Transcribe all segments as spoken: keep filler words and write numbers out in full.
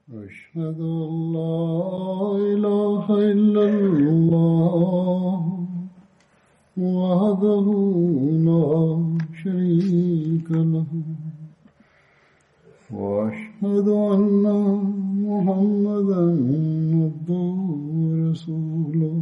أشهد أن لا إله إلا الله وحده لا شريك له وأشهد أن محمدا عبده ورسوله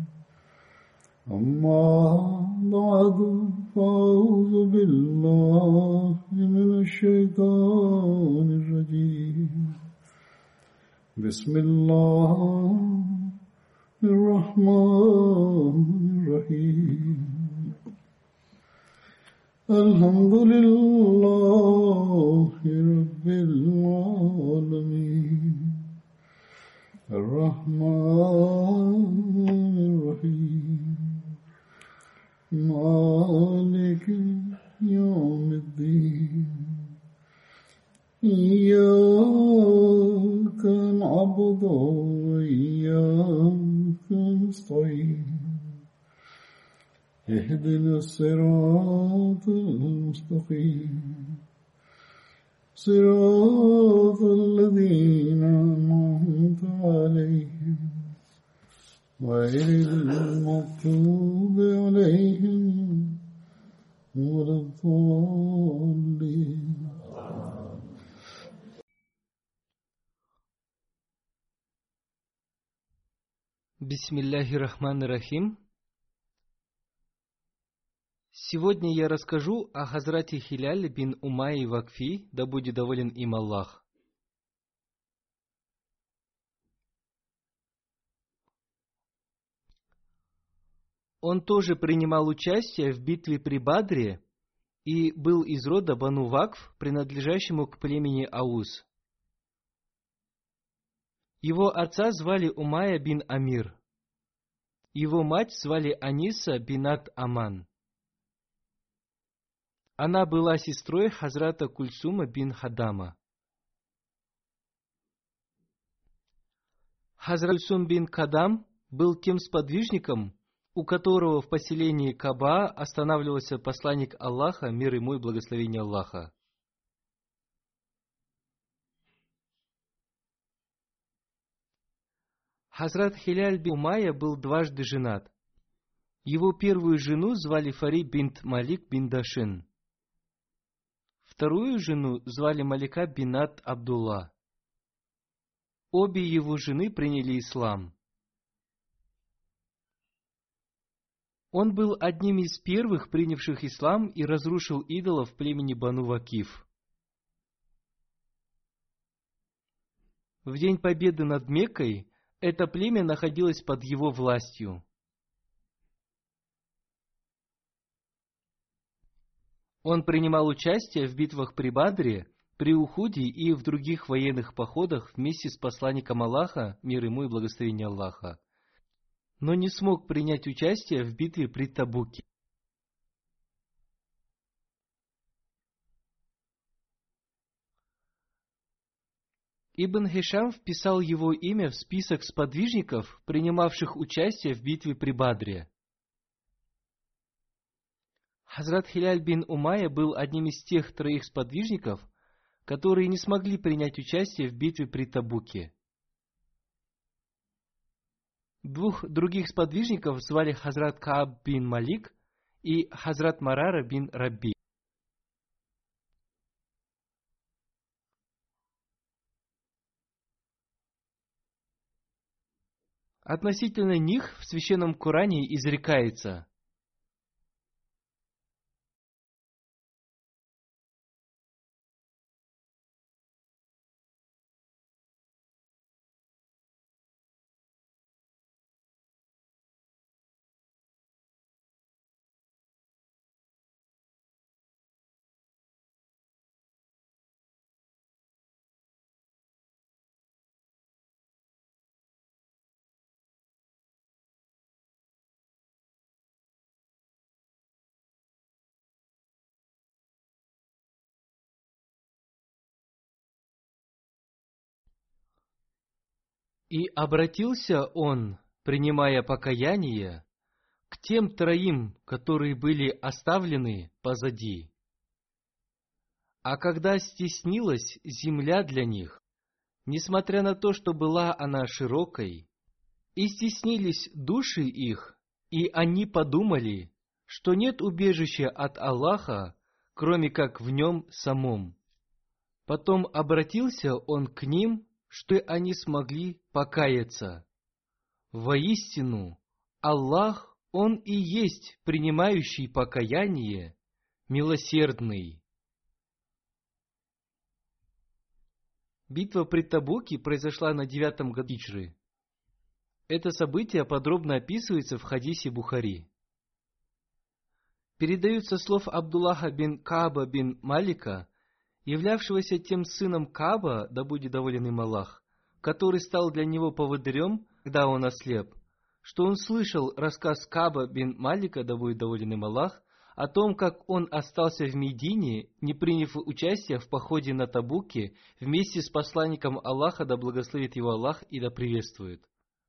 أما بعد فأعوذ بالله من الشيطان الرجيم بسم الله الرحمن الرحيم الحمد لله رب العالمين الرحمن الرحيم مالك يوم الدين إياك نعبد وإياك نستعين اهدنا الصراط المستقيم صراط الذين أنعمت عليهم غير المغضوب عليهم ولا الضالين. Бисмиллахир-рахманир-рахим. Сегодня я расскажу о Хазрате Хиляле бин Умайе Вакфи, да будет доволен им Аллах. Он тоже принимал участие в битве при Бадре и был из рода Бану Вакф, принадлежащему к племени Ауз. Его отца звали Умайя бин Амир. Его мать звали Аниса бинат Аман. Она была сестрой Хазрата Кульсума бин Хадама. Хазрат Кульсум бин Хадам был тем сподвижником, у которого в поселении Каба останавливался посланник Аллаха, мир ему и благословение Аллаха. Хазрат Хиляль бин Умайя был дважды женат. Его первую жену звали Фари бинт Малик бин Дашин. Вторую жену звали Малика бинат Абдулла. Обе его жены приняли ислам. Он был одним из первых, принявших ислам, и разрушил идолов племени Бану Вакиф. В день победы над Меккой это племя находилось под его властью. Он принимал участие в битвах при Бадре, при Ухуде и в других военных походах вместе с посланником Аллаха, мир ему и благословение Аллаха, но не смог принять участие в битве при Табуке. Ибн Хишам вписал его имя в список сподвижников, принимавших участие в битве при Бадре. Хазрат Хиляль бин Умайя был одним из тех троих сподвижников, которые не смогли принять участие в битве при Табуке. Двух других сподвижников звали Хазрат Кааб бин Малик и Хазрат Марара бин Рабби. Относительно них в Священном Коране изрекается: И обратился он, принимая покаяние, к тем троим, которые были оставлены позади. А когда стеснилась земля для них, несмотря на то, что была она широкой, и стеснились души их, и они подумали, что нет убежища от Аллаха, кроме как в нем самом. Потом обратился он к ним, что они смогли покаяться. Воистину, Аллах, Он и есть принимающий покаяние, милосердный. Битва при Табуке произошла на девятом году хиджры. Это событие подробно описывается в хадисе Бухари. Передаются слов Абдуллаха бин Кааба бин Малика, являвшегося тем сыном Кааба, да будет доволен им Аллах, который стал для него поводырем, когда он ослеп, что он слышал рассказ Кааба бин Малика, да будет доволен им Аллах, о том, как он остался в Медине, не приняв участия в походе на Табуке, вместе с посланником Аллаха, да благословит его Аллах и да приветствует.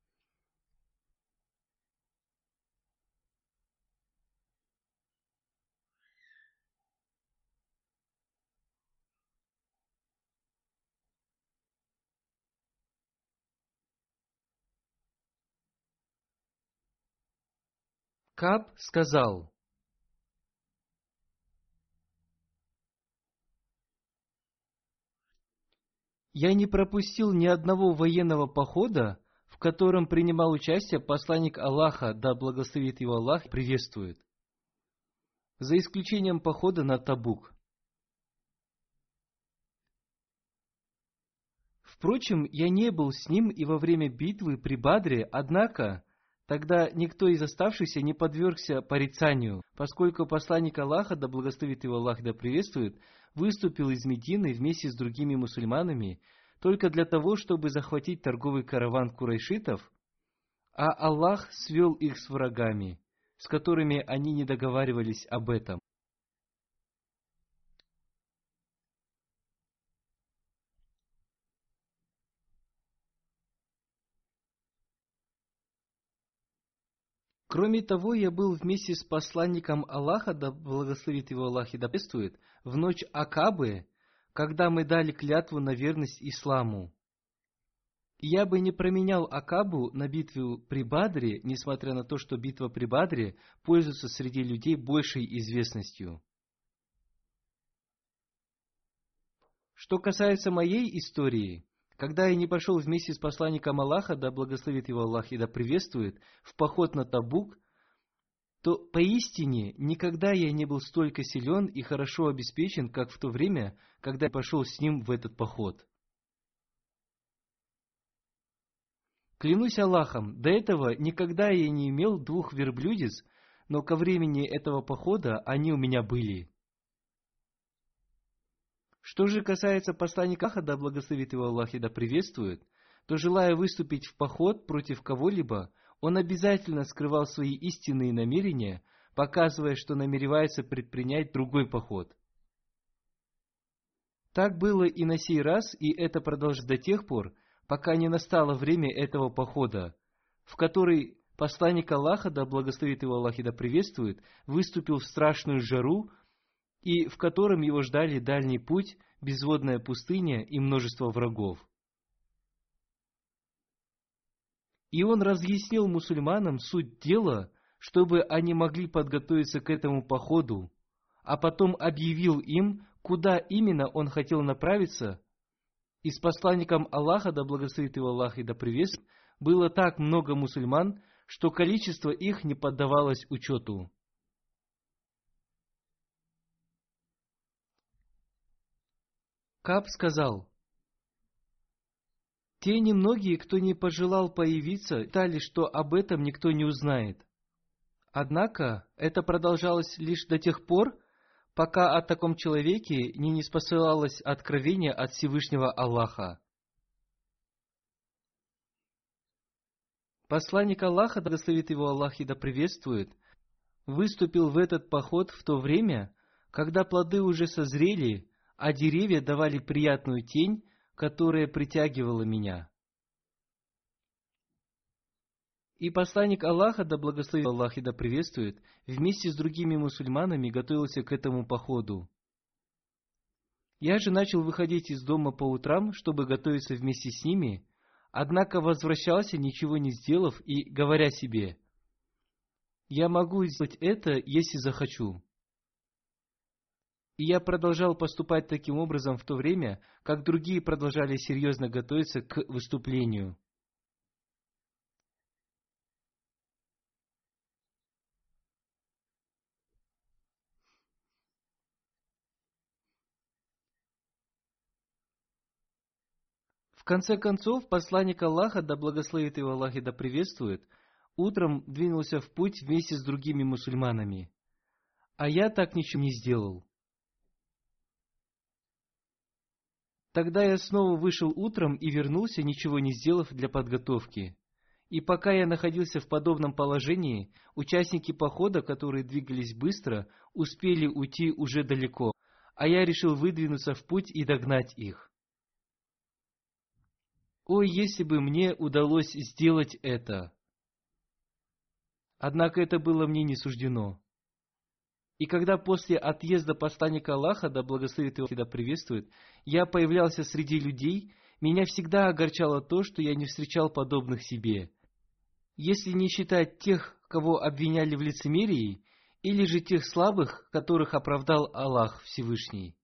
Кааб сказал: «Я не пропустил ни одного военного похода, в котором принимал участие посланник Аллаха, да благословит его Аллах, приветствует, за исключением похода на Табук. Впрочем, я не был с ним и во время битвы при Бадре, однако тогда никто из оставшихся не подвергся порицанию, поскольку посланник Аллаха, да благословит его Аллах, да приветствует, выступил из Медины вместе с другими мусульманами только для того, чтобы захватить торговый караван курайшитов, а Аллах свел их с врагами, с которыми они не договаривались об этом. Кроме того, я был вместе с посланником Аллаха, да благословит его Аллах и да приветствует, в ночь Акабы, когда мы дали клятву на верность исламу. И я бы не променял Акабу на битву при Бадре, несмотря на то, что битва при Бадре пользуется среди людей большей известностью. Что касается моей истории, когда я не пошел вместе с посланником Аллаха, да благословит его Аллах и да приветствует, в поход на Табук, то поистине никогда я не был столько силен и хорошо обеспечен, как в то время, когда я пошел с ним в этот поход. Клянусь Аллахом, до этого никогда я не имел двух верблюдец, но ко времени этого похода они у меня были. Что же касается посланника Аллаха, да благословит его Аллах и да приветствует, то, желая выступить в поход против кого-либо, он обязательно скрывал свои истинные намерения, показывая, что намеревается предпринять другой поход. Так было и на сей раз, и это продолжится до тех пор, пока не настало время этого похода, в который посланник Аллаха, да благословит его Аллах и да приветствует, выступил в страшную жару, и в котором его ждали дальний путь, безводная пустыня и множество врагов. И он разъяснил мусульманам суть дела, чтобы они могли подготовиться к этому походу, а потом объявил им, куда именно он хотел направиться, и с посланником Аллаха, да благословит его Аллах и да приветствует, было так много мусульман, что количество их не поддавалось учету. Кааб сказал: «Те немногие, кто не пожелал появиться, считали, что об этом никто не узнает. Однако это продолжалось лишь до тех пор, пока о таком человеке не ниспосылалось откровение от Всевышнего Аллаха. Посланник Аллаха, да благословит его Аллах и да приветствует, выступил в этот поход в то время, когда плоды уже созрели, а деревья давали приятную тень, которая притягивала меня. И посланник Аллаха, да благословит Аллах и да приветствует, вместе с другими мусульманами готовился к этому походу. Я же начал выходить из дома по утрам, чтобы готовиться вместе с ними, однако возвращался, ничего не сделав, и говоря себе: «Я могу сделать это, если захочу». И я продолжал поступать таким образом в то время, как другие продолжали серьезно готовиться к выступлению. В конце концов, посланник Аллаха, да благословит его Аллах и да приветствует, утром двинулся в путь вместе с другими мусульманами. А я так ничего не сделал. Тогда я снова вышел утром и вернулся, ничего не сделав для подготовки. И пока я находился в подобном положении, участники похода, которые двигались быстро, успели уйти уже далеко, а я решил выдвинуться в путь и догнать их. Ой, если бы мне удалось сделать это! Однако это было мне не суждено. И когда после отъезда посланника Аллаха, да благословит его и да приветствует, я появлялся среди людей, меня всегда огорчало то, что я не встречал подобных себе, если не считать тех, кого обвиняли в лицемерии, или же тех слабых, которых оправдал Аллах Всевышний.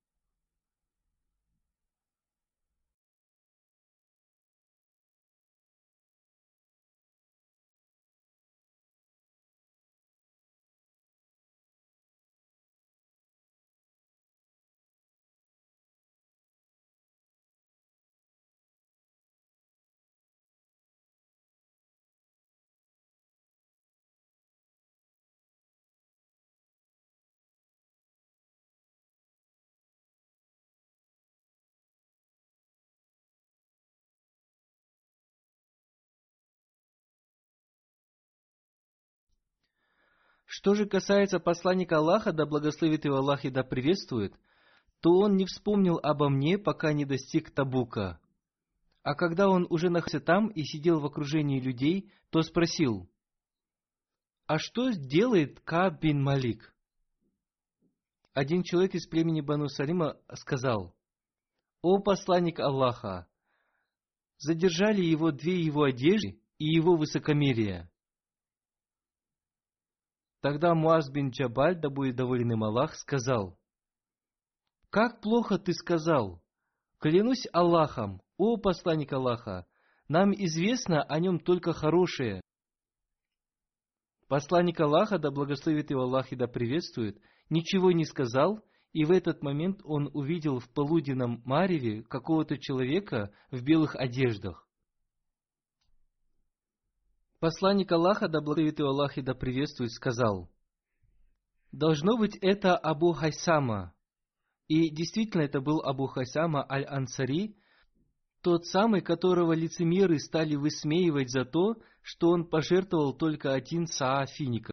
Что же касается посланника Аллаха, да благословит его Аллах и да приветствует, то он не вспомнил обо мне, пока не достиг Табука. А когда он уже находился там и сидел в окружении людей, то спросил: «А что делает Кааб бин Малик?» Один человек из племени Бану Салима сказал: «О посланник Аллаха, задержали его две его одежды и его высокомерие». Тогда Муаз бин Джабаль, да будет доволен им Аллах, сказал: «Как плохо ты сказал! Клянусь Аллахом, о посланник Аллаха, нам известно о нем только хорошее». Посланник Аллаха, да благословит его Аллах и да приветствует, ничего не сказал, и в этот момент он увидел в полуденном мареве какого-то человека в белых одеждах. Посланник Аллаха, да благословит его Аллах и да приветствует, сказал: «Должно быть, это Абу Хайсама». И действительно, это был Абу Хайсама аль-Ансари, тот самый, которого лицемеры стали высмеивать за то, что он пожертвовал только один саа фиников.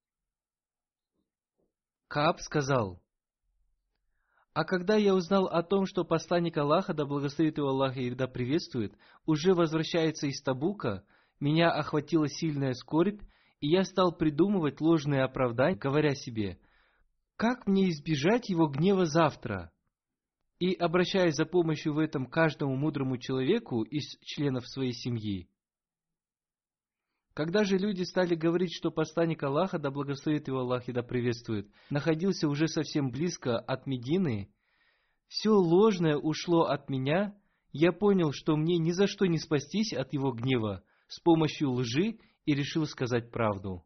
Кааб сказал: «А когда я узнал о том, что посланник Аллаха, да благословит его Аллах и да приветствует, уже возвращается из Табука, меня охватила сильная скорбь, и я стал придумывать ложные оправдания, говоря себе: как мне избежать его гнева завтра? И обращаясь за помощью в этом каждому мудрому человеку из членов своей семьи. Когда же люди стали говорить, что посланник Аллаха, да благословит его Аллах и да приветствует, находился уже совсем близко от Медины, все ложное ушло от меня, я понял, что мне ни за что не спастись от его гнева с помощью лжи, и решил сказать правду.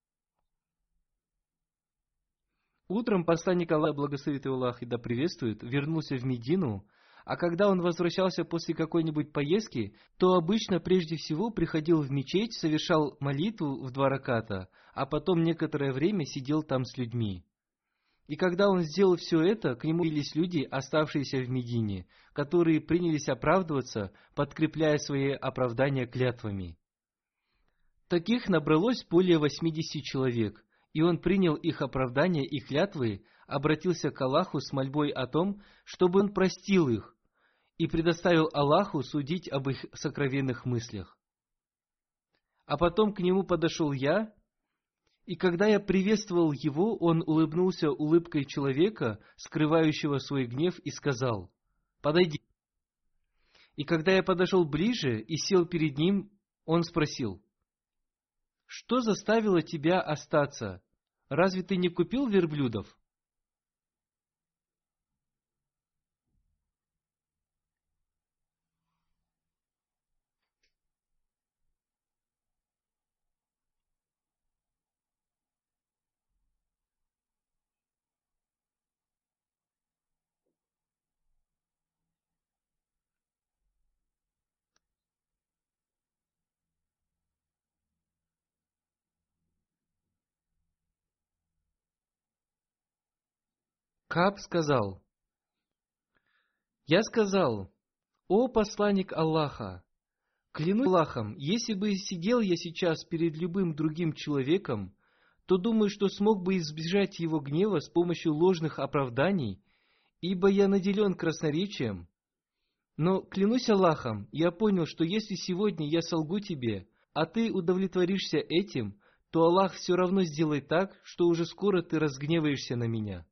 Утром посланник Аллаха, благословит его Аллах и да приветствует, вернулся в Медину, а когда он возвращался после какой-нибудь поездки, то обычно прежде всего приходил в мечеть, совершал молитву в два раката, а потом некоторое время сидел там с людьми. И когда он сделал все это, к нему явились люди, оставшиеся в Медине, которые принялись оправдываться, подкрепляя свои оправдания клятвами. Таких набралось более восьмидесяти человек, и он принял их оправдания и клятвы, обратился к Аллаху с мольбой о том, чтобы он простил их, и предоставил Аллаху судить об их сокровенных мыслях. А потом к нему подошел я, и когда я приветствовал его, он улыбнулся улыбкой человека, скрывающего свой гнев, и сказал: подойди». И когда я подошел ближе и сел перед ним, он спросил: «Что заставило тебя остаться? Разве ты не купил верблюдов?» Кааб сказал: «Я сказал: о посланник Аллаха, клянусь Аллахом, если бы сидел я сейчас перед любым другим человеком, то думаю, что смог бы избежать его гнева с помощью ложных оправданий, ибо я наделен красноречием. Но, клянусь Аллахом, я понял, что если сегодня я солгу тебе, а ты удовлетворишься этим, то Аллах все равно сделает так, что уже скоро ты разгневаешься на меня.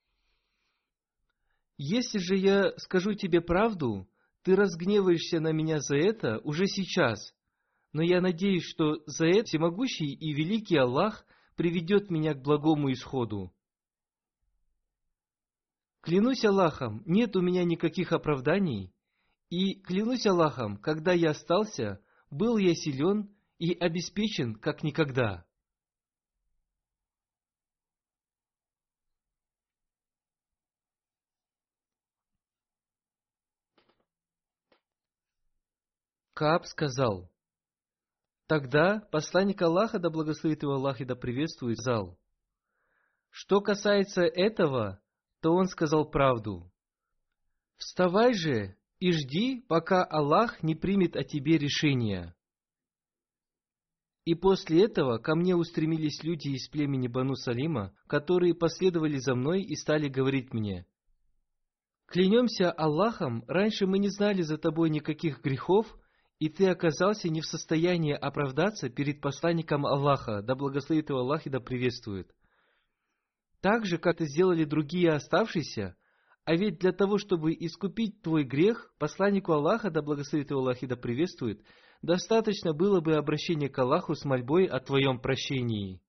Если же я скажу тебе правду, ты разгневаешься на меня за это уже сейчас, но я надеюсь, что за это всемогущий и великий Аллах приведет меня к благому исходу. Клянусь Аллахом, нет у меня никаких оправданий, и клянусь Аллахом, когда я остался, был я силен и обеспечен как никогда». Кааб сказал: «Тогда посланник Аллаха, да благословит его Аллах и да приветствует, сказал: что касается этого, то он сказал правду. Вставай же и жди, пока Аллах не примет о тебе решение». И после этого ко мне устремились люди из племени Бану Салима, которые последовали за мной и стали говорить мне: «Клянемся Аллахом, раньше мы не знали за тобой никаких грехов, и ты оказался не в состоянии оправдаться перед посланником Аллаха, да благословит его Аллах и да приветствует. Так же, как это сделали другие оставшиеся, а ведь для того, чтобы искупить твой грех, посланнику Аллаха, да благословит его Аллах и да приветствует, достаточно было бы обращения к Аллаху с мольбой о твоем прощении».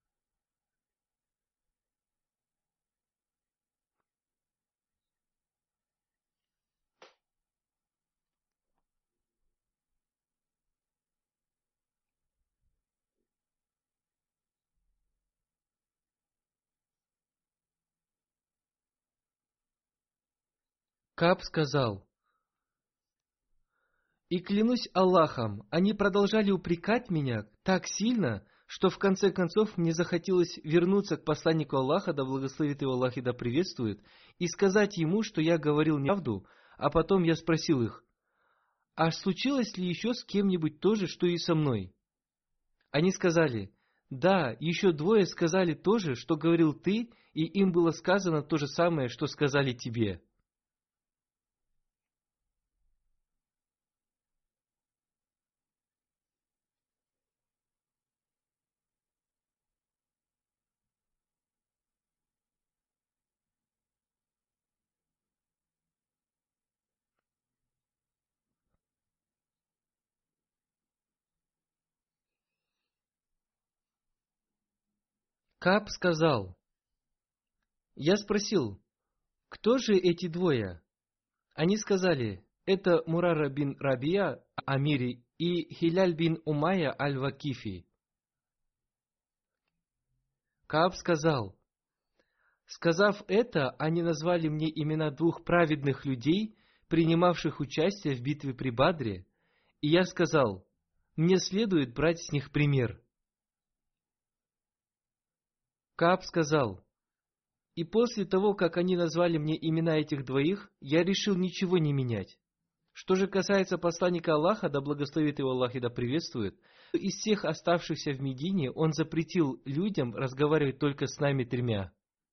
Кааб сказал: «И клянусь Аллахом, они продолжали упрекать меня так сильно, что в конце концов мне захотелось вернуться к посланнику Аллаха, да благословит его Аллах и да приветствует, и сказать ему, что я говорил неправду, а потом я спросил их: а случилось ли еще с кем-нибудь то же, что и со мной? Они сказали: да, еще двое сказали то же, что говорил ты, и им было сказано то же самое, что сказали тебе». Кааб сказал: «Я спросил: кто же эти двое?» Они сказали: это Мурара бин Рабия Амири и Хиляль бин Умайя аль-Вакифи. Кааб сказал: сказав это, они назвали мне имена двух праведных людей, принимавших участие в битве при Бадре, и я сказал: мне следует брать с них пример. Кааб сказал: и после того, как они назвали мне имена этих двоих, я решил ничего не менять. Что же касается посланника Аллаха, да благословит его Аллах и да приветствует, из всех оставшихся в Медине он запретил людям разговаривать только с нами тремя.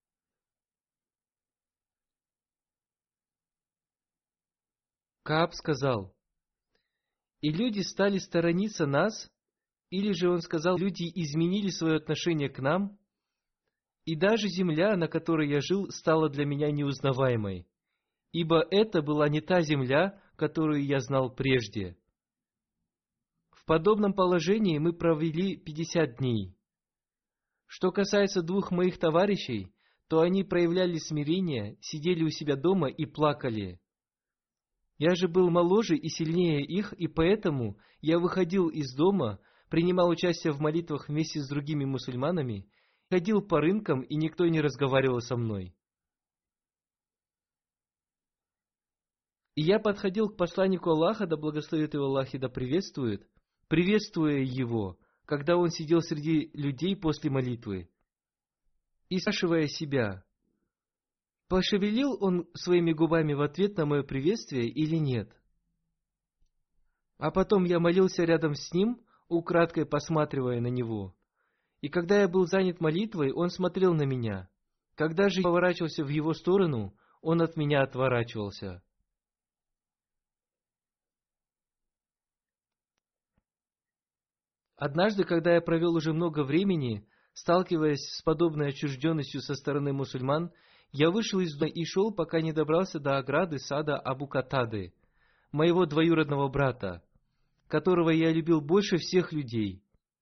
Кааб сказал: и люди стали сторониться нас, или же он сказал: люди изменили свое отношение к нам, и даже земля, на которой я жил, стала для меня неузнаваемой. ибо это была не та земля, которую я знал прежде. В подобном положении мы провели пятьдесят дней. Что касается двух моих товарищей, то они проявляли смирение, сидели у себя дома и плакали. Я же был моложе и сильнее их, и поэтому я выходил из дома, принимал участие в молитвах вместе с другими мусульманами, ходил по рынкам, и никто не разговаривал со мной. И я подходил к посланнику Аллаха, да благословит его Аллах и да приветствует, приветствуя его, когда он сидел среди людей после молитвы, и спрашивая себя, пошевелил он своими губами в ответ на мое приветствие или нет. А потом я молился рядом с ним, украдкой посматривая на него. И когда я был занят молитвой, он смотрел на меня. Когда же я поворачивался в его сторону, он от меня отворачивался. Однажды, когда я провел уже много времени, сталкиваясь с подобной отчужденностью со стороны мусульман, я вышел из дома и шел, пока не добрался до ограды сада Абу Катады, моего двоюродного брата, которого я любил больше всех людей.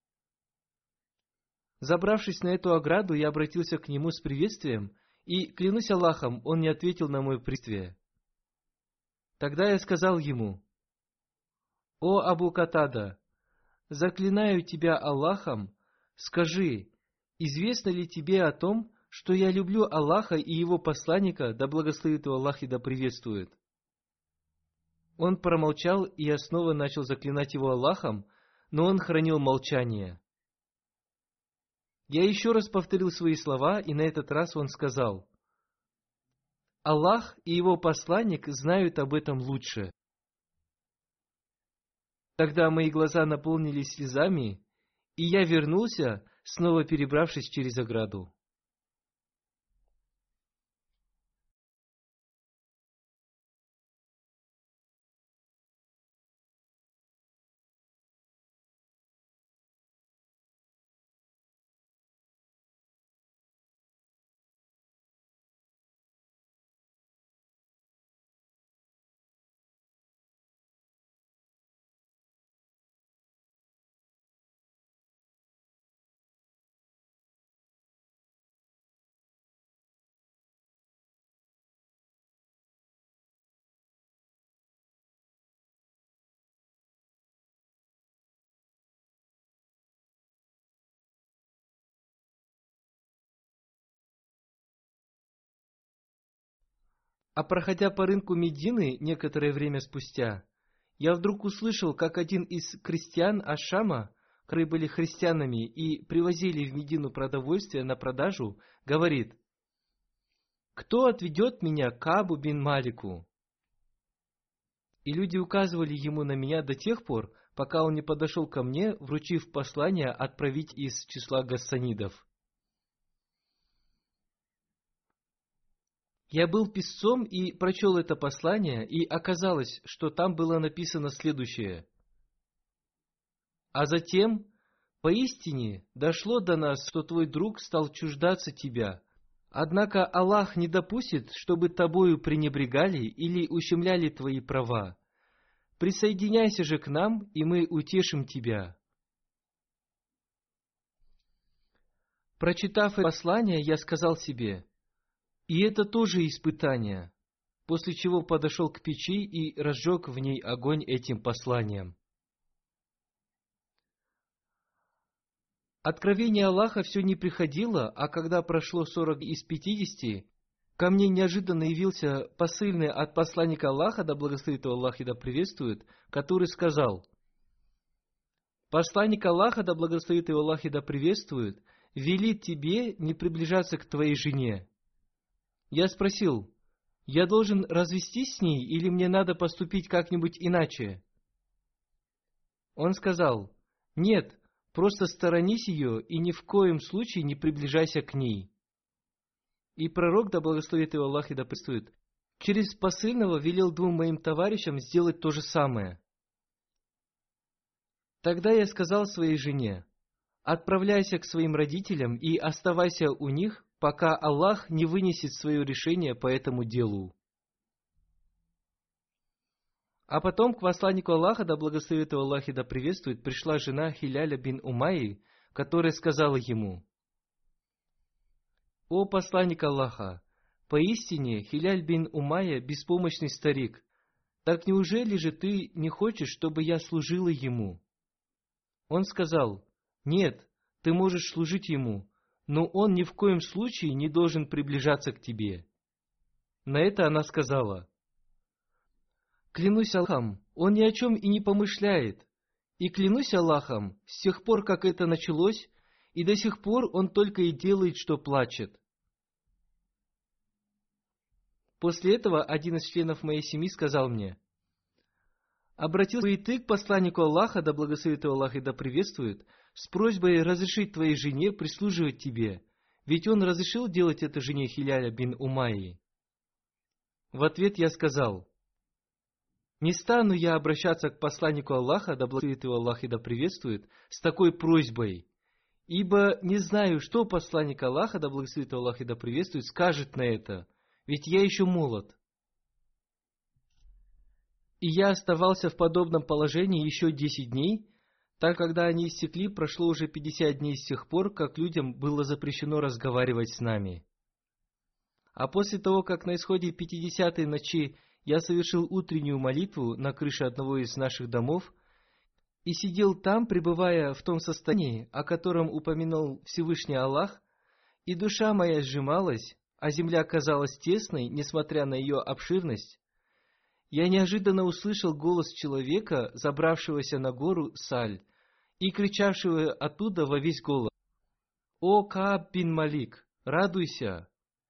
Забравшись на эту ограду, я обратился к нему с приветствием, и, клянусь Аллахом, он не ответил на мое приветствие. Тогда я сказал ему: «О Абу Катада, заклинаю тебя Аллахом, скажи, известно ли тебе о том, что я люблю Аллаха и Его посланника, да благословит его Аллах и да приветствует?» Он промолчал, и я снова начал заклинать его Аллахом, но он хранил молчание. Я еще раз повторил свои слова, и на этот раз он сказал: «Аллах и Его посланник знают об этом лучше». Тогда мои глаза наполнились слезами, и я вернулся, снова перебравшись через ограду. А проходя по рынку Медины некоторое время спустя, я вдруг услышал, как один из крестьян Аш-Шама, которые были христианами и привозили в Медину продовольствие на продажу, говорит: «Кто отведет меня к Каабу бин Малику?» И люди указывали ему на меня до тех пор, пока он не подошел ко мне, вручив послание отправить из числа гассанидов. Я был писцом и прочел это послание, и оказалось, что там было написано следующее: «А затем, поистине, дошло до нас, что твой друг стал чуждаться тебя. Однако Аллах не допустит, чтобы тобою пренебрегали или ущемляли твои права. Присоединяйся же к нам, и мы утешим тебя». Прочитав это послание, я сказал себе: и это тоже испытание, после чего подошел к печи и разжег в ней огонь этим посланием. Откровение Аллаха все не приходило, а когда прошло сорок из пятидесяти, ко мне неожиданно явился посыльный от посланника Аллаха, да благословит его Аллах и да приветствует, который сказал: «Посланник Аллаха, да благословит его Аллах и да приветствует, велит тебе не приближаться к твоей жене». Я спросил: «Я должен развестись с ней или мне надо поступить как-нибудь иначе?» Он сказал: «Нет, просто сторонись ее и ни в коем случае не приближайся к ней». И пророк, да благословит его Аллах и да приветствует, через посыльного велел двум моим товарищам сделать то же самое. Тогда я сказал своей жене: «Отправляйся к своим родителям и оставайся у них, пока Аллах не вынесет свое решение по этому делу». А потом к посланнику Аллаха, да благословит его Аллах и да приветствует, пришла жена Хиляля бин Умайи, которая сказала ему: «О посланник Аллаха, поистине Хиляль бин Умайя беспомощный старик. Так неужели же ты не хочешь, чтобы я служила ему?» Он сказал: «Нет, ты можешь служить ему, но он ни в коем случае не должен приближаться к тебе». На это она сказала: «Клянусь Аллахом, он ни о чем и не помышляет. И клянусь Аллахом, с тех пор, как это началось, и до сих пор он только и делает, что плачет». После этого один из членов моей семьи сказал мне: «Обратился и ты к посланнику Аллаха, да благословит его Аллах и да приветствует, с просьбой разрешить твоей жене прислуживать тебе, ведь он разрешил делать это жене Хиляля бин Умайи». В ответ я сказал: «Не стану я обращаться к посланнику Аллаха, да благословит его Аллах и да приветствует, с такой просьбой, ибо не знаю, что посланник Аллаха, да благословит его Аллах и да приветствует, скажет на это, ведь я еще молод». И я оставался в подобном положении еще десять дней, так когда они истекли, прошло уже пятьдесят дней с тех пор, как людям было запрещено разговаривать с нами. А после того, как на исходе пятидесятой ночи я совершил утреннюю молитву на крыше одного из наших домов и сидел там, пребывая в том состоянии, о котором упомянул Всевышний Аллах, и душа моя сжималась, а земля казалась тесной, несмотря на ее обширность, я неожиданно услышал голос человека, забравшегося на гору Саль, и кричавшего оттуда во весь голос: «О Кааб бин Малик, радуйся!»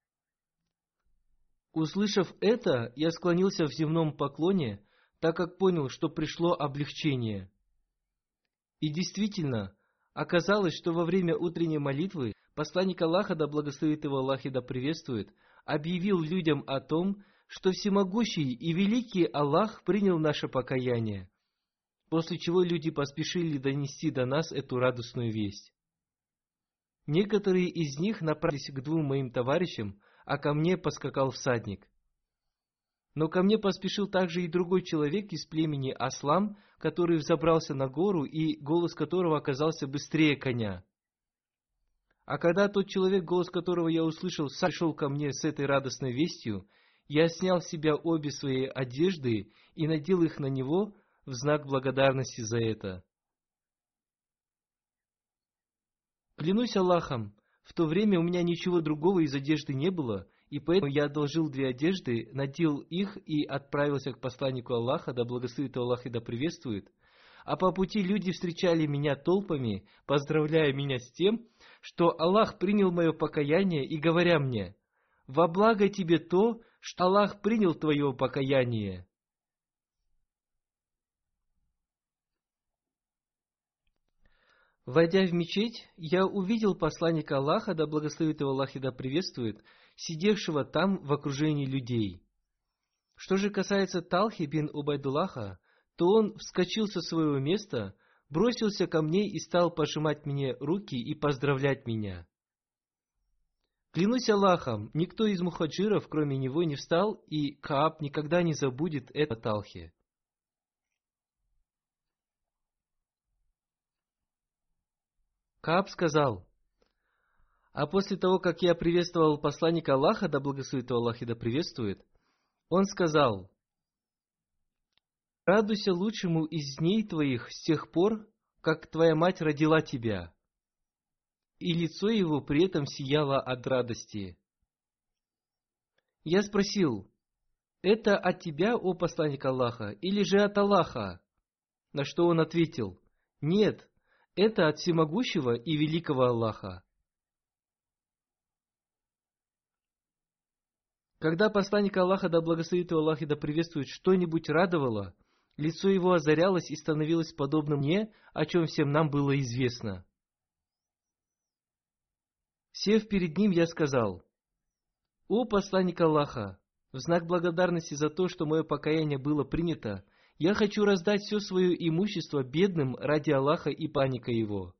Услышав это, я склонился в земном поклоне, так как понял, что пришло облегчение. И действительно, оказалось, что во время утренней молитвы посланник Аллаха, да благословит его Аллах и да приветствует, объявил людям о том, что всемогущий и великий Аллах принял наше покаяние, после чего люди поспешили донести до нас эту радостную весть. Некоторые из них направились к двум моим товарищам, а ко мне поскакал всадник. Но ко мне поспешил также и другой человек из племени Аслам, который взобрался на гору и голос которого оказался быстрее коня. А когда тот человек, голос которого я услышал, сошел ко мне с этой радостной вестью, я снял с себя обе свои одежды и надел их на него в знак благодарности за это. Клянусь Аллахом, в то время у меня ничего другого из одежды не было, и поэтому я одолжил две одежды, надел их и отправился к посланнику Аллаха, да благословит его Аллах и да приветствует. А по пути люди встречали меня толпами, поздравляя меня с тем, что Аллах принял мое покаяние, и говоря мне: «Во благо тебе то, что Аллах принял твое покаяние». Войдя в мечеть, я увидел посланника Аллаха, да благословит его Аллах и да приветствует, сидевшего там в окружении людей. Что же касается Талхи бин Убайдуллаха, то он вскочил со своего места, бросился ко мне и стал пожимать мне руки и поздравлять меня. Клянусь Аллахом, никто из мухаджиров, кроме него, не встал, и Кааб никогда не забудет это Талхи. Кааб сказал: а после того, как я приветствовал посланника Аллаха, да благословит его Аллах и да приветствует, он сказал: радуйся лучшему из дней твоих с тех пор, как твоя мать родила тебя. И лицо его при этом сияло от радости. Я спросил: это от тебя, о посланник Аллаха, или же от Аллаха? На что он ответил: нет, это от всемогущего и великого Аллаха. Когда посланника Аллаха, да благословит его Аллах и да приветствует, что-нибудь радовало, лицо его озарялось и становилось подобным мне, о чем всем нам было известно. Сев перед ним, я сказал: «О посланник Аллаха, в знак благодарности за то, что мое покаяние было принято, я хочу раздать все свое имущество бедным ради Аллаха и паника его».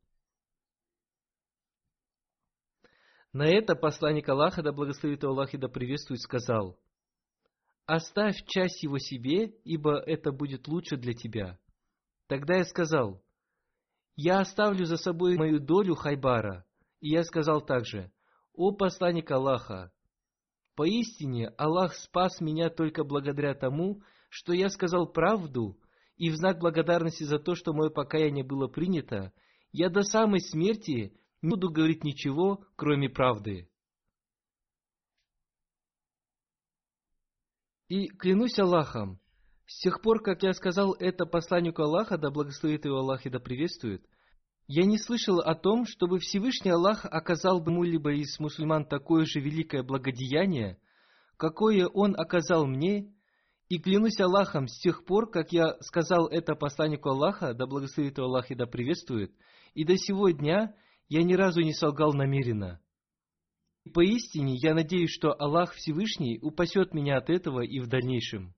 На это посланник Аллаха, да благословит его Аллах и да приветствует, сказал: оставь часть его себе, ибо это будет лучше для тебя. Тогда я сказал: я оставлю за собой мою долю Хайбара. И я сказал также: о посланник Аллаха, поистине Аллах спас меня только благодаря тому, что я сказал правду, и в знак благодарности за то, что мое покаяние было принято, я до самой смерти не буду говорить ничего, кроме правды. И клянусь Аллахом, с тех пор, как я сказал это посланнику Аллаха, да благословит его Аллах и да приветствует, я не слышал о том, чтобы Всевышний Аллах оказал бы кому-либо из мусульман такое же великое благодеяние, какое Он оказал мне, и клянусь Аллахом, с тех пор, как я сказал это посланнику Аллаха, да благословит его Аллах и да приветствует, и до сего дня я ни разу не солгал намеренно. И поистине я надеюсь, что Аллах Всевышний упасет меня от этого и в дальнейшем.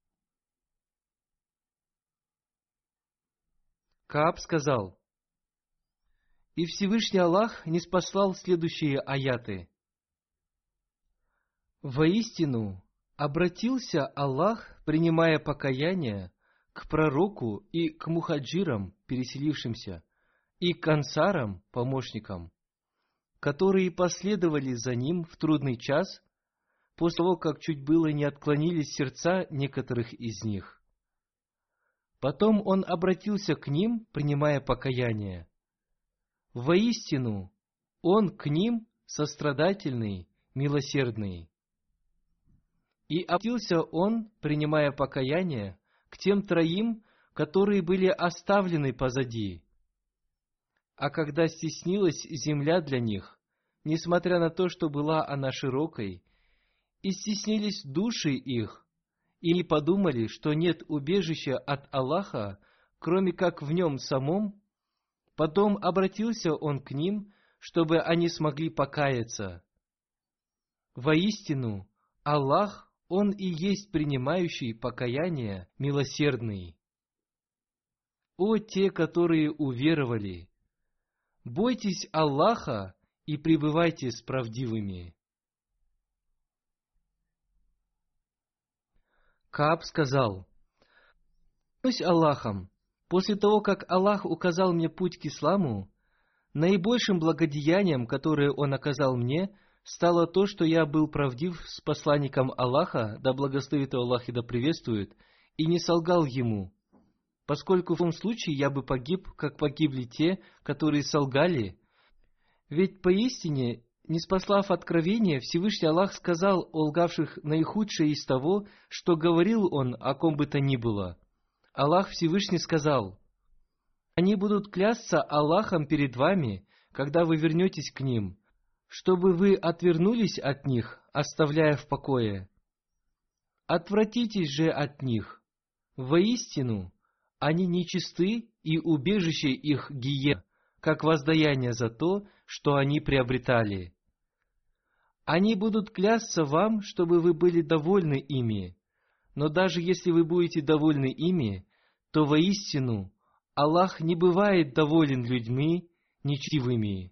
Кааб сказал: и Всевышний Аллах не спаслал следующие аяты. Воистину, обратился Аллах, принимая покаяние, к пророку и к мухаджирам, переселившимся, и к ансарам, помощникам, которые последовали за ним в трудный час, после того, как чуть было не отклонились сердца некоторых из них. Потом он обратился к ним, принимая покаяние. Воистину, он к ним сострадательный, милосердный. И обратился он, принимая покаяние, к тем троим, которые были оставлены позади. А когда стеснилась земля для них, несмотря на то, что была она широкой, и стеснились души их, и не подумали, что нет убежища от Аллаха, кроме как в нем самом, потом обратился он к ним, чтобы они смогли покаяться. Воистину, Аллах, Он и есть принимающий покаяние, милосердный. О те, которые уверовали! Бойтесь Аллаха и пребывайте с правдивыми. Кааб сказал: клянусь Аллахом, после того, как Аллах указал мне путь к исламу, наибольшим благодеянием, которое Он оказал мне, стало то, что я был правдив с посланником Аллаха, да благословит его Аллах и да приветствует, и не солгал ему, поскольку в том случае я бы погиб, как погибли те, которые солгали. Ведь поистине, ниспослав откровение, Всевышний Аллах сказал о лгавших наихудшее из того, что говорил Он о ком бы то ни было. Аллах Всевышний сказал: они будут клясться Аллахом перед вами, когда вы вернетесь к ним, чтобы вы отвернулись от них, оставляя в покое. Отвратитесь же от них. Воистину, они нечисты, и убежище их гиена, как воздаяние за то, что они приобретали. Они будут клясться вам, чтобы вы были довольны ими, но даже если вы будете довольны ими, то воистину Аллах не бывает доволен людьми нечестивыми.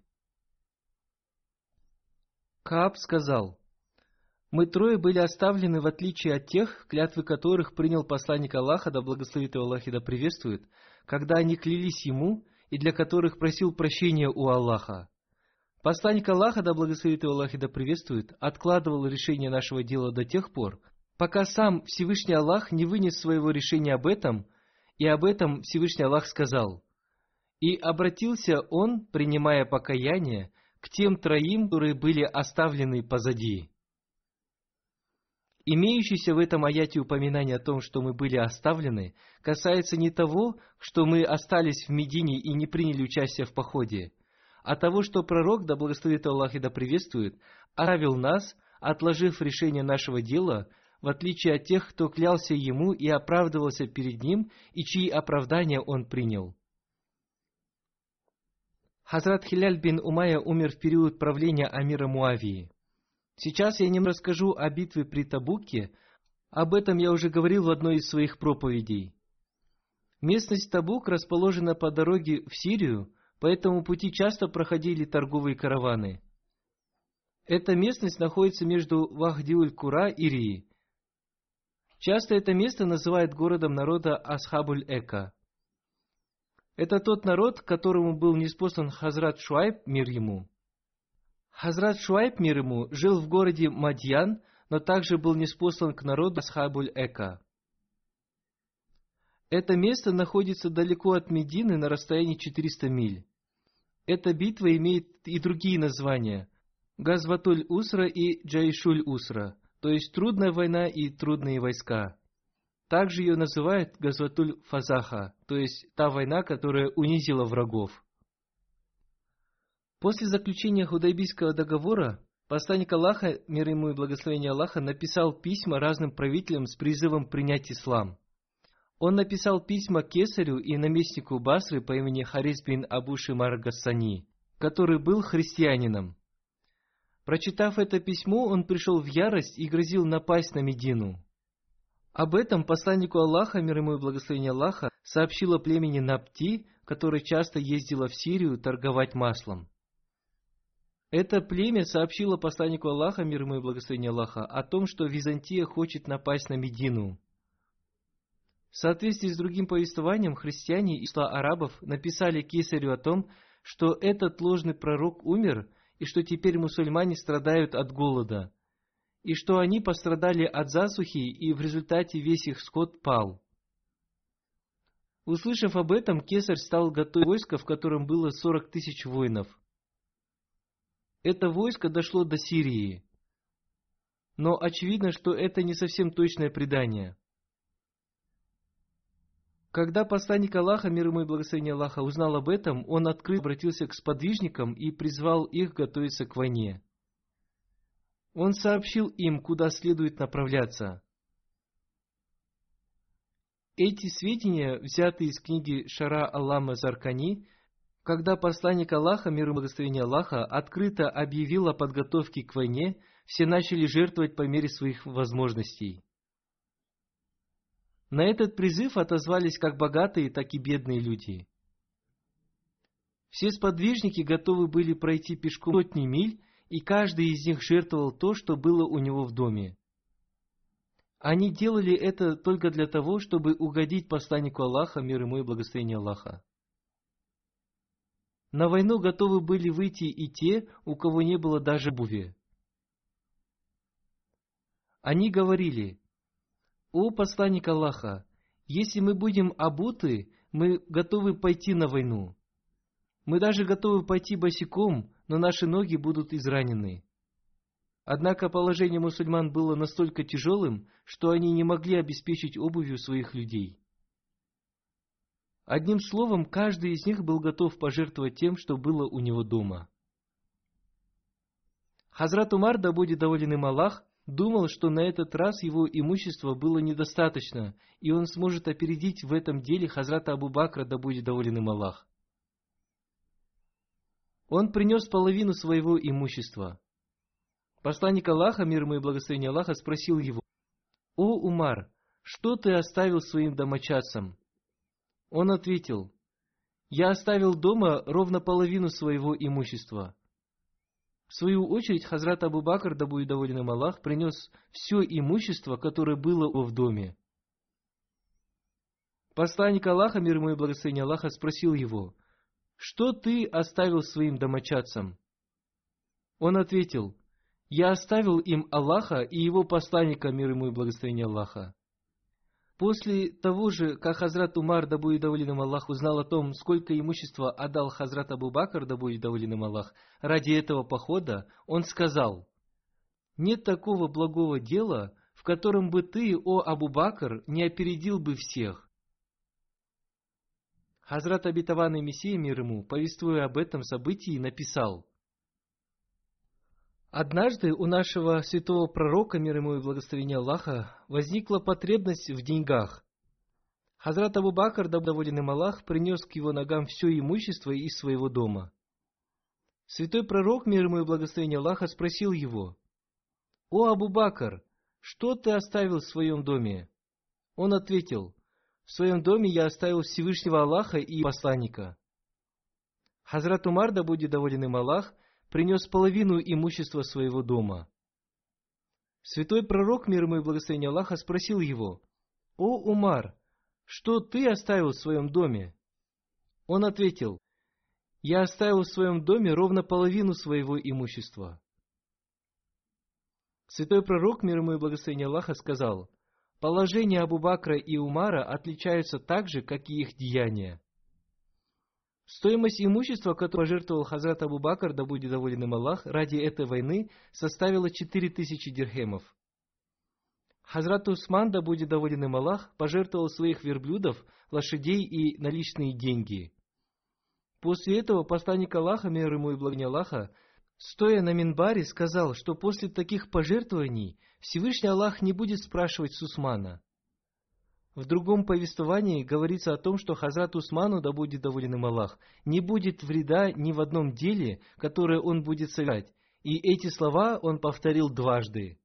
Кааб сказал: мы трое были оставлены в отличие от тех, клятвы которых принял посланник Аллаха, да благословит его Аллах и да приветствует, когда они клялись ему, и для которых просил прощения у Аллаха. Посланник Аллаха, да благословит его Аллах и да приветствует, откладывал решение нашего дела до тех пор, пока сам Всевышний Аллах не вынес своего решения об этом, и об этом Всевышний Аллах сказал: и обратился он, принимая покаяние, к тем троим, которые были оставлены позади. Имеющееся в этом аяте упоминание о том, что мы были оставлены, касается не того, что мы остались в Медине и не приняли участие в походе, а того, что пророк, да благословит Аллах и да приветствует, оставил нас, отложив решение нашего дела, в отличие от тех, кто клялся ему и оправдывался перед ним, и чьи оправдания он принял. Хазрат Хиляль бин Умайя умер в период правления амира Муавии. Сейчас я немного расскажу о битве при Табуке. Об этом я уже говорил в одной из своих проповедей. Местность Табук расположена по дороге в Сирию, по этому пути часто проходили торговые караваны. Эта местность находится между Вахдиуль-Кура и Рии. Часто это место называют городом народа Асхабуль-Эка. Это тот народ, которому был ниспослан Хазрат Шуайб, мир ему. Хазрат Шуайб, мир ему, жил в городе Мадьян, но также был ниспослан к народу Асхабуль-Эка. Это место находится далеко от Медины на расстоянии четыреста миль. Эта битва имеет и другие названия – Газватуль-Усра и Джайшуль-Усра, то есть трудная война и трудные войска. Также ее называют Газватуль-Фазаха, то есть та война, которая унизила врагов. После заключения Худайбийского договора посланник Аллаха, мир ему и благословение Аллаха, написал письма разным правителям с призывом принять ислам. Он написал письма кесарю и наместнику Басры по имени Харис бин Абу Шимар Гассани, который был христианином. Прочитав это письмо, он пришел в ярость и грозил напасть на Медину. Об этом посланнику Аллаха, мир ему и благословение Аллаха, сообщило племени Напти, которое часто ездило в Сирию торговать маслом. Это племя сообщило посланнику Аллаха, мир ему и благословение Аллаха, о том, что Византия хочет напасть на Медину. В соответствии с другим повествованием, христиане из числа арабов написали кесарю о том, что этот ложный пророк умер, и что теперь мусульмане страдают от голода, и что они пострадали от засухи, и в результате весь их скот пал. Услышав об этом, кесарь стал готовить войско, в котором было сорок тысяч воинов. Это войско дошло до Сирии. Но очевидно, что это не совсем точное предание. Когда посланник Аллаха, мир ему и благословение Аллаха, узнал об этом, он открыто обратился к сподвижникам и призвал их готовиться к войне. Он сообщил им, куда следует направляться. Эти сведения, взятые из книги Шара Аллама Заркани, когда посланник Аллаха, мир и благословение Аллаха, открыто объявил о подготовке к войне, все начали жертвовать по мере своих возможностей. На этот призыв отозвались как богатые, так и бедные люди. Все сподвижники готовы были пройти пешком сотни миль, и каждый из них жертвовал то, что было у него в доме. Они делали это только для того, чтобы угодить посланнику Аллаха, мир ему и благословение Аллаха. На войну готовы были выйти и те, у кого не было даже обуви. Они говорили: «О посланник Аллаха, если мы будем обуты, мы готовы пойти на войну. Мы даже готовы пойти босиком, но наши ноги будут изранены». Однако положение мусульман было настолько тяжелым, что они не могли обеспечить обувью своих людей. Одним словом, каждый из них был готов пожертвовать тем, что было у него дома. Хазрат Умар, да будет доволен им Аллах, думал, что на этот раз его имущества было недостаточно, и он сможет опередить в этом деле Хазрата Абу Бакра, да будет доволен им Аллах. Он принес половину своего имущества. Посланник Аллаха, мир ему и благословение Аллаха, спросил его: «О Умар, что ты оставил своим домочадцам?» Он ответил: «Я оставил дома ровно половину своего имущества». В свою очередь, Хазрат Абу Бакр, да будет доволен им Аллах, принес все имущество, которое было в доме. Посланник Аллаха, мир ему и благословение Аллаха, спросил его: «Что ты оставил своим домочадцам?» Он ответил: «Я оставил им Аллаха и его посланника, мир ему и благословение Аллаха». После того же, как Хазрат Умар, да будет доволен им Аллах, узнал о том, сколько имущества отдал Хазрат Абу Бакр, да будет доволен им Аллах, ради этого похода, он сказал: «Нет такого благого дела, в котором бы ты, о Абу Бакр, не опередил бы всех». Хазрат обетованный Мессия, мир ему, повествуя об этом событии, написал: «Однажды у нашего святого пророка, мир ему и благословение Аллаха, возникла потребность в деньгах. Хазрат Абу Бакр, да доволен им Аллах, принес к его ногам все имущество из своего дома. Святой пророк, мир ему и благословение Аллаха, спросил его: «О Абу Бакр, что ты оставил в своем доме?» Он ответил: «В своем доме я оставил Всевышнего Аллаха и посланника». Хазрат Умар, да будет доволен им Аллах, принес половину имущества своего дома. Святой пророк, мир ему и благословение Аллаха, спросил его: «О, Умар, что ты оставил в своем доме?» Он ответил: «Я оставил в своем доме ровно половину своего имущества». Святой пророк, мир ему и благословение Аллаха, сказал: «Положения Абу Бакра и Умара отличаются так же, как и их деяния». Стоимость имущества, которое пожертвовал Хазрат Абу Бакр, да будет доволен им Аллах, ради этой войны, составила четыре тысячи дирхемов. Хазрат Усман, да будет доволен им Аллах, пожертвовал своих верблюдов, лошадей и наличные деньги. После этого посланник Аллаха, мир ему и благословение Аллаха, стоя на минбаре, сказал, что после таких пожертвований Всевышний Аллах не будет спрашивать с Усмана. В другом повествовании говорится о том, что Хазрат Усману, да будет доволен им Аллах, не будет вреда ни в одном деле, которое он будет совершать. И эти слова он повторил дважды.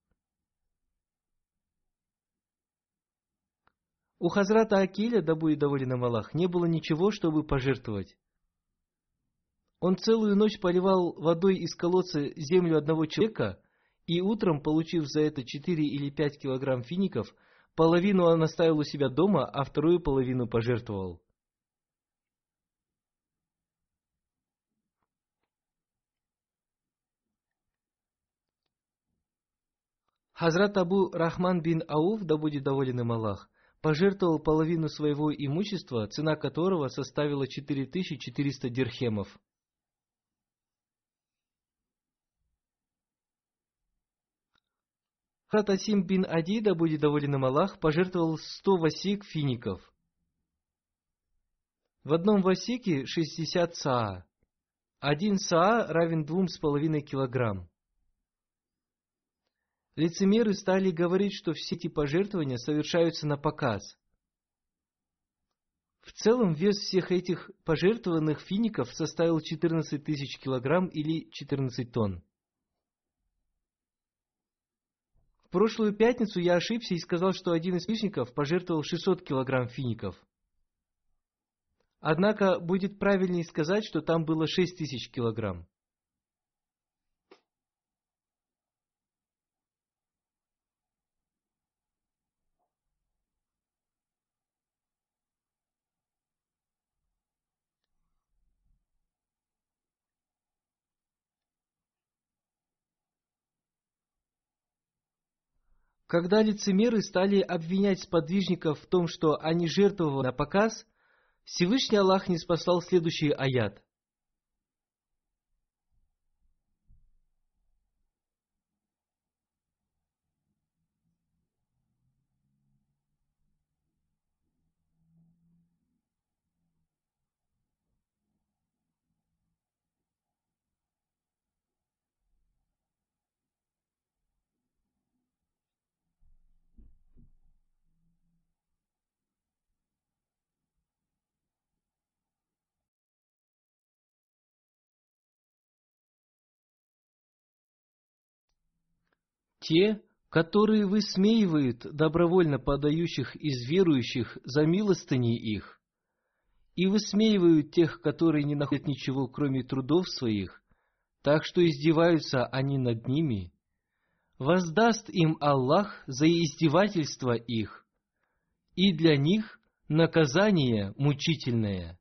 У Хазрата Акиля, да будет доволен им Аллах, не было ничего, чтобы пожертвовать. Он целую ночь поливал водой из колодца землю одного человека, и утром, получив за это четыре или пять килограмм фиников, половину он оставил у себя дома, а вторую половину пожертвовал. Хазрат Абу Рахман бин Ауф, да будет доволен им Аллах, пожертвовал половину своего имущества, цена которого составила четыре тысячи четыреста дирхемов. Хазрат Асим бин Ади, да будет доволен им Аллах, пожертвовал сто васик фиников. В одном васике шестьдесят саа. Один саа равен двум с половиной килограмм. Лицемеры стали говорить, что все эти пожертвования совершаются на показ. В целом вес всех этих пожертвованных фиников составил четырнадцать тысяч килограмм или четырнадцать тонн. В прошлую пятницу я ошибся и сказал, что один из фишников пожертвовал шестьсот килограмм фиников. Однако будет правильнее сказать, что там было шесть тысяч килограмм. Когда лицемеры стали обвинять сподвижников в том, что они жертвовали на показ, Всевышний Аллах ниспослал следующий аят. Те, которые высмеивают добровольно подающих из верующих за милостыни их, и высмеивают тех, которые не находят ничего, кроме трудов своих, так что издеваются они над ними, воздаст им Аллах за издевательство их, и для них наказание мучительное.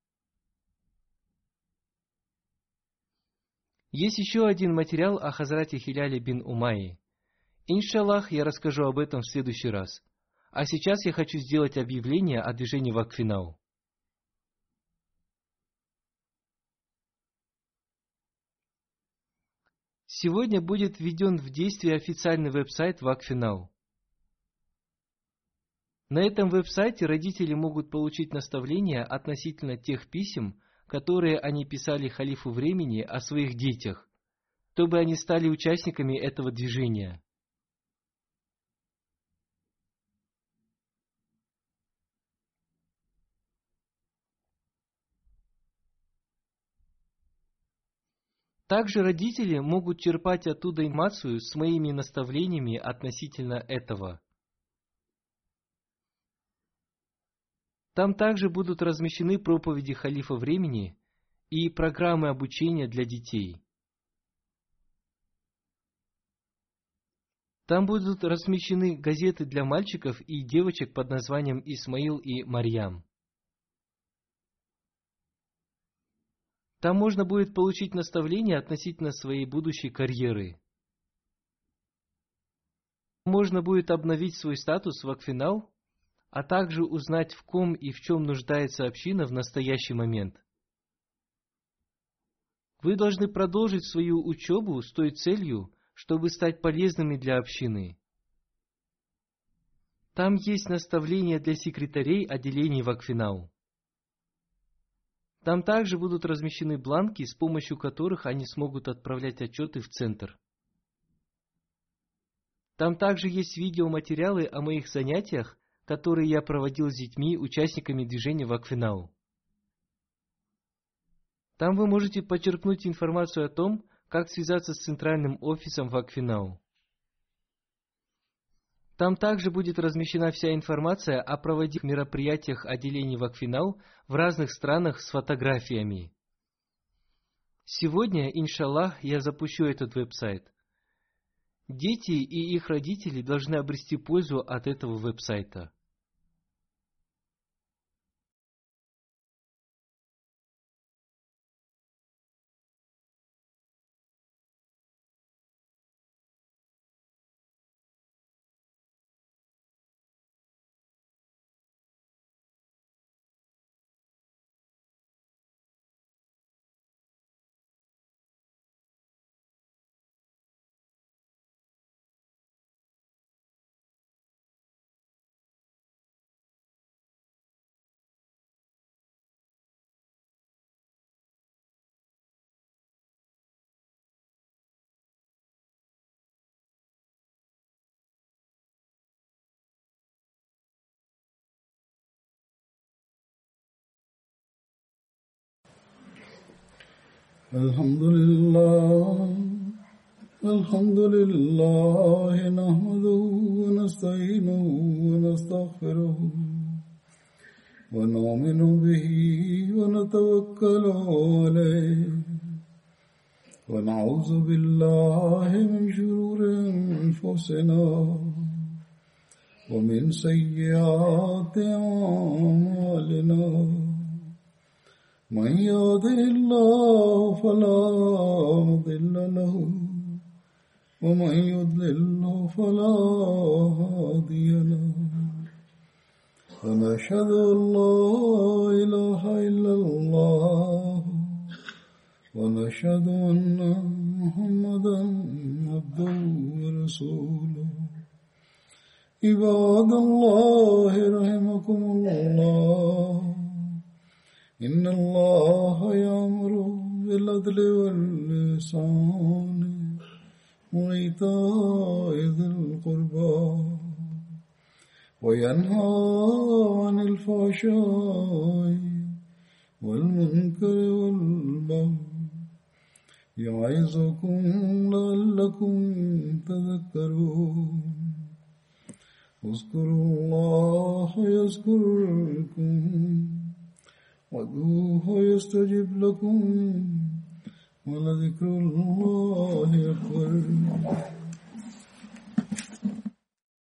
Есть еще один материал о Хазрате Хиляле бин Умайе. Иншаллах, я расскажу об этом в следующий раз. А сейчас я хочу сделать объявление о движении Вакфинау. Сегодня будет введен в действие официальный веб-сайт Вакфинау. На этом веб-сайте родители могут получить наставления относительно тех писем, которые они писали халифу времени о своих детях, чтобы они стали участниками этого движения. Также родители могут черпать оттуда информацию с моими наставлениями относительно этого. Там также будут размещены проповеди халифа времени и программы обучения для детей. Там будут размещены газеты для мальчиков и девочек под названием «Исмаил и Марьям». Там можно будет получить наставления относительно своей будущей карьеры. Можно будет обновить свой статус в Акфинал, а также узнать, в ком и в чем нуждается община в настоящий момент. Вы должны продолжить свою учебу с той целью, чтобы стать полезными для общины. Там есть наставления для секретарей отделений в Акфинал. Там также будут размещены бланки, с помощью которых они смогут отправлять отчеты в центр. Там также есть видеоматериалы о моих занятиях, которые я проводил с детьми, участниками движения в Акфинал. Там вы можете почерпнуть информацию о том, как связаться с центральным офисом в Акфинал. Там также будет размещена вся информация о проводимых мероприятиях отделений в Акфинал в разных странах с фотографиями. Сегодня, иншаллах, я запущу этот веб-сайт. Дети и их родители должны обрести пользу от этого веб-сайта. الحمد لله الحمد لله نحمده ونستعينه ونستغفره ونؤمن به ونتوكل عليه ونعوذ بالله من شرور أنفسنا ومن سيئات أعمالنا من يهده الله فلا مضل له ومن يضلل فلا هادي له ونشهد أن لا إله إلا الله ونشهد أن محمدا عبده ورسوله عباد الله رحمكم الله إن الله يأمر بالعدل والإحسان وإيتاء ذي القربى وينهى عن الفحشاء والمنكر والبغي يعظكم لعلكم تذكرون اذكروا الله يذكركم وادعوه يستجب لكم ولذكر الله أكبر